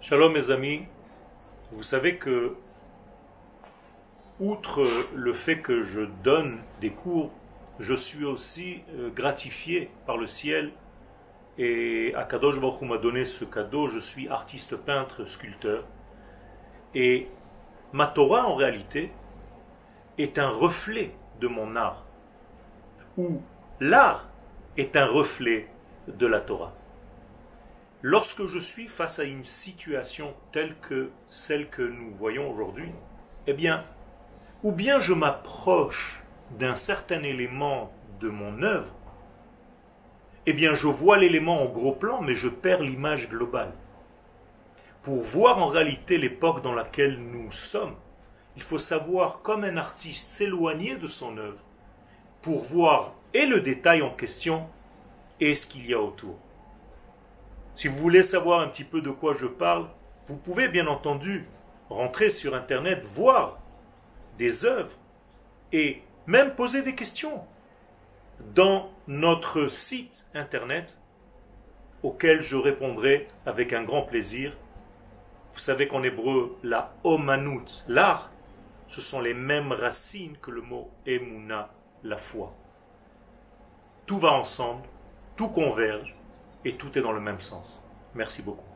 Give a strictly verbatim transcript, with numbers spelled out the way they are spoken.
Shalom mes amis, vous savez que, outre le fait que je donne des cours, je suis aussi euh, gratifié par le ciel et Akadosh Baruch Hu m'a donné ce cadeau, je suis artiste peintre, sculpteur et ma Torah en réalité est un reflet de mon art, ou l'art est un reflet de la Torah. Lorsque je suis face à une situation telle que celle que nous voyons aujourd'hui, eh bien, ou bien je m'approche d'un certain élément de mon œuvre, eh bien je vois l'élément en gros plan, mais je perds l'image globale. Pour voir en réalité l'époque dans laquelle nous sommes, il faut savoir, comme un artiste, s'éloigner de son œuvre pour voir et le détail en question et ce qu'il y a autour. Si vous voulez savoir un petit peu de quoi je parle, vous pouvez bien entendu rentrer sur Internet, voir des œuvres et même poser des questions dans notre site Internet auquel je répondrai avec un grand plaisir. Vous savez qu'en hébreu, la omanout, l'art, ce sont les mêmes racines que le mot emuna, la foi. Tout va ensemble, tout converge et tout est dans le même sens. Merci beaucoup.